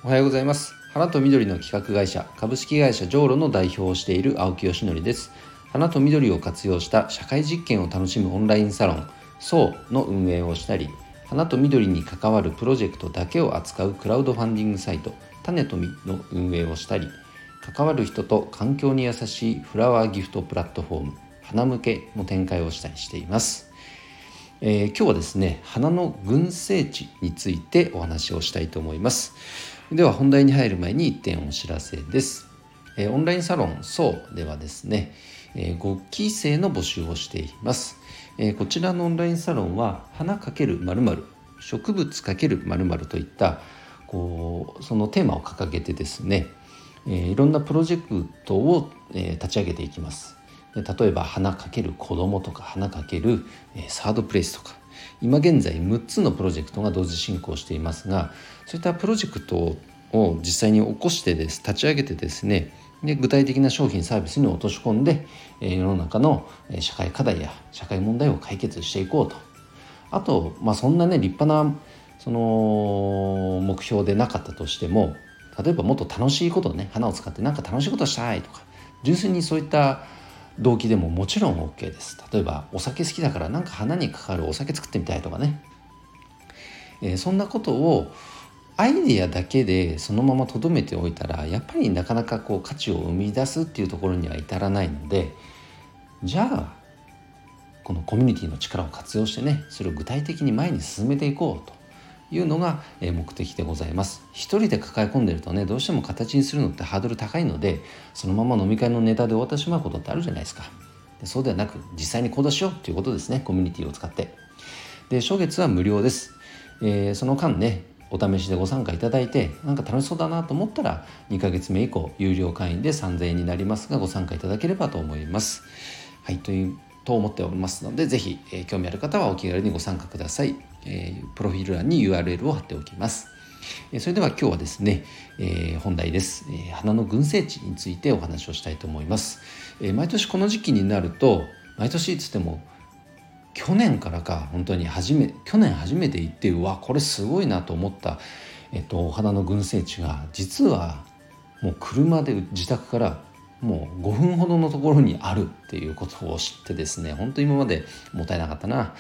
おはようございます。花と緑の企画会社株式会社ジョーロの代表をしている青木よしのりです。花と緑を活用した社会実験を楽しむオンラインサロン SOU の運営をしたり、花と緑に関わるプロジェクトだけを扱うクラウドファンディングサイト種とみの運営をしたり、関わる人と環境に優しいフラワーギフトプラットフォーム花向けも展開をしたりしています。今日はですね、花の群生地についてお話をしたいと思います。では本題に入る前に1点お知らせです。オンラインサロン SOU ではですね、5期生の募集をしています。こちらのオンラインサロンは花×○○植物×○○といったそのテーマを掲げてですね、いろんなプロジェクトを立ち上げていきます。例えば花×子供とか花×サードプレイスとか、今現在6つのプロジェクトが同時進行していますが、そういったプロジェクトを実際に起こして立ち上げてですね、で具体的な商品サービスに落とし込んで世の中の社会課題や社会問題を解決していこうと。あと、そんなね立派なその目標でなかったとしても、例えばもっと楽しいことをね、花を使ってなんか楽しいことをしたいとか、純粋にそういった動機でももちろん OK です。例えばお酒好きだからなんか花に関わるお酒作ってみたいとかね、そんなことをアイデアだけでそのまま留めておいたら、やっぱりなかなか価値を生み出すっていうところには至らないので、じゃあこのコミュニティの力を活用してね、それを具体的に前に進めていこうというのが目的でございます。一人で抱え込んでるとね、どうしても形にするのってハードル高いので、そのまま飲み会のネタで終わってしまうことってあるじゃないですか。そうではなく、実際に行動しようということですね。コミュニティを使って。で、初月は無料です。その間ね、お試しでご参加いただいて、なんか楽しそうだなと思ったら2ヶ月目以降有料会員で3000円になりますが、ご参加いただければと思います。はい、と思っておりますので、ぜひ、興味ある方はお気軽にご参加ください。プロフィール欄に URL を貼っておきます。それでは今日はですね、本題です。花の群生地についてお話をしたいと思います。毎年この時期になると、毎年つっても去年からか、本当に去年初めて行って、これすごいなと思った、花の群生地が、実はもう車で自宅からもう5分ほどのところにあるっていうことを知ってですね、本当に今までもったいなかったな。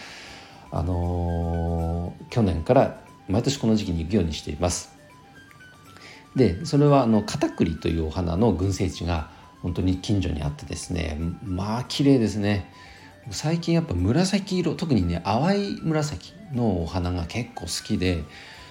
去年から毎年この時期に行くようにしています。で、それはカタクリというお花の群生地が本当に近所にあってですね、綺麗ですね。最近やっぱ紫色、特にね淡い紫のお花が結構好きで、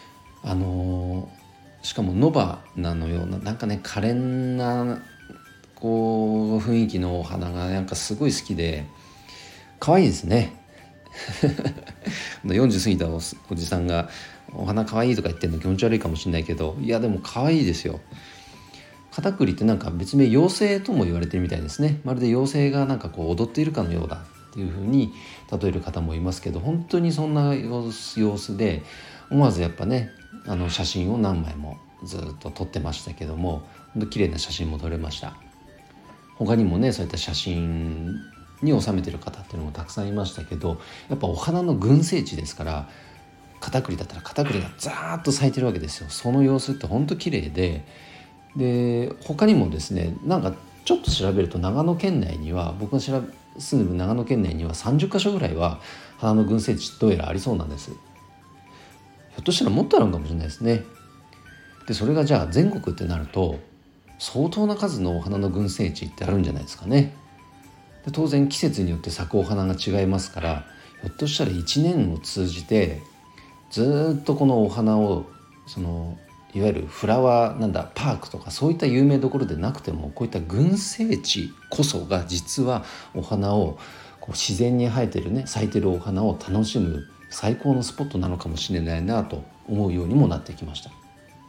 しかも野花のような、なんかね可憐な雰囲気のお花がなんかすごい好きで、可愛いですね。40過ぎたおじさんがお花可愛いとか言ってるの気持ち悪いかもしれないけど、いやでも可愛いですよ。カタクリってなんか別名妖精とも言われてるみたいですね。まるで妖精がなんか踊っているかのようだっていう風に例える方もいますけど、本当にそんな様子で、思わずやっぱね写真を何枚もずっと撮ってましたけども、本当綺麗な写真も撮れました。他にもね、そういった写真に収めてる方っていうのもたくさんいましたけど、やっぱお花の群生地ですから、カタクリだったらカタクリがザーッと咲いてるわけですよ。その様子って本当綺麗で、他にもですね、なんかちょっと調べると長野県内には、僕が住む長野県内には30カ所ぐらいは花の群生地どうやらありそうなんです。ひょっとしたらもっとあるのかもしれないですね。で、それがじゃあ全国ってなると相当な数のお花の群生地ってあるんじゃないですかね。で、当然季節によって咲くお花が違いますから、ひょっとしたら1年を通じてずっとこのお花をいわゆるフラワーパークとかそういった有名どころでなくても、こういった群生地こそが実はお花を自然に生えてるね、咲いてるお花を楽しむ最高のスポットなのかもしれないなと思うようにもなってきました。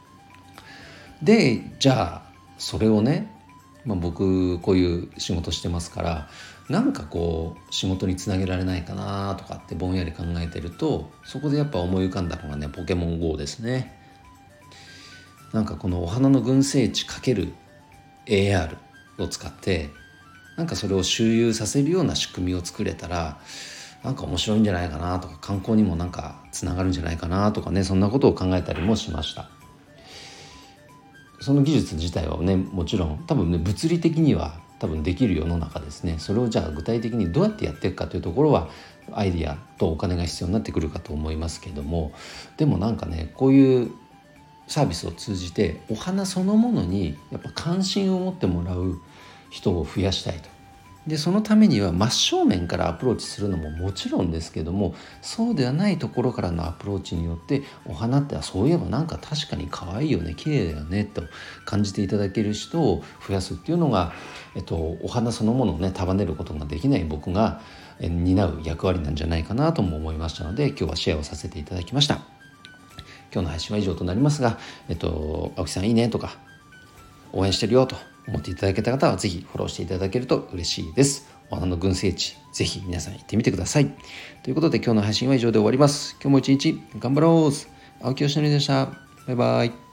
で、じゃあそれをね、僕こういう仕事してますから、なんか仕事につなげられないかなとかってぼんやり考えてると、そこでやっぱ思い浮かんだのがね、ポケモン GO ですね。なんかこのお花の群生地×AR を使って、なんかそれを周遊させるような仕組みを作れたら、なんか面白いんじゃないかなとか、観光にもなんかつながるんじゃないかなとかね、そんなことを考えたりもしました。 その技術自体はねもちろん多分ね物理的には多分できる世の中ですね。それをじゃあ具体的にどうやってやっていくかというところはアイディアとお金が必要になってくるかと思いますけども、でもなんかねこういうサービスを通じてお花そのものにやっぱ関心を持ってもらう人を増やしたいと。でそのためには真正面からアプローチするのももちろんですけども、そうではないところからのアプローチによってお花ってそういえばなんか確かに可愛いよね綺麗だよねと感じていただける人を増やすっていうのが、お花そのものをね束ねることができない僕が担う役割なんじゃないかなとも思いましたので、今日はシェアをさせていただきました。今日の配信は以上となりますが、青木さんいいねとか応援してるよと思っていただけた方はぜひフォローしていただけると嬉しいです。お花の群生地ぜひ皆さん行ってみてください。ということで今日の配信は以上で終わります。今日も一日頑張ろう。青木よしのりでした。バイバイ。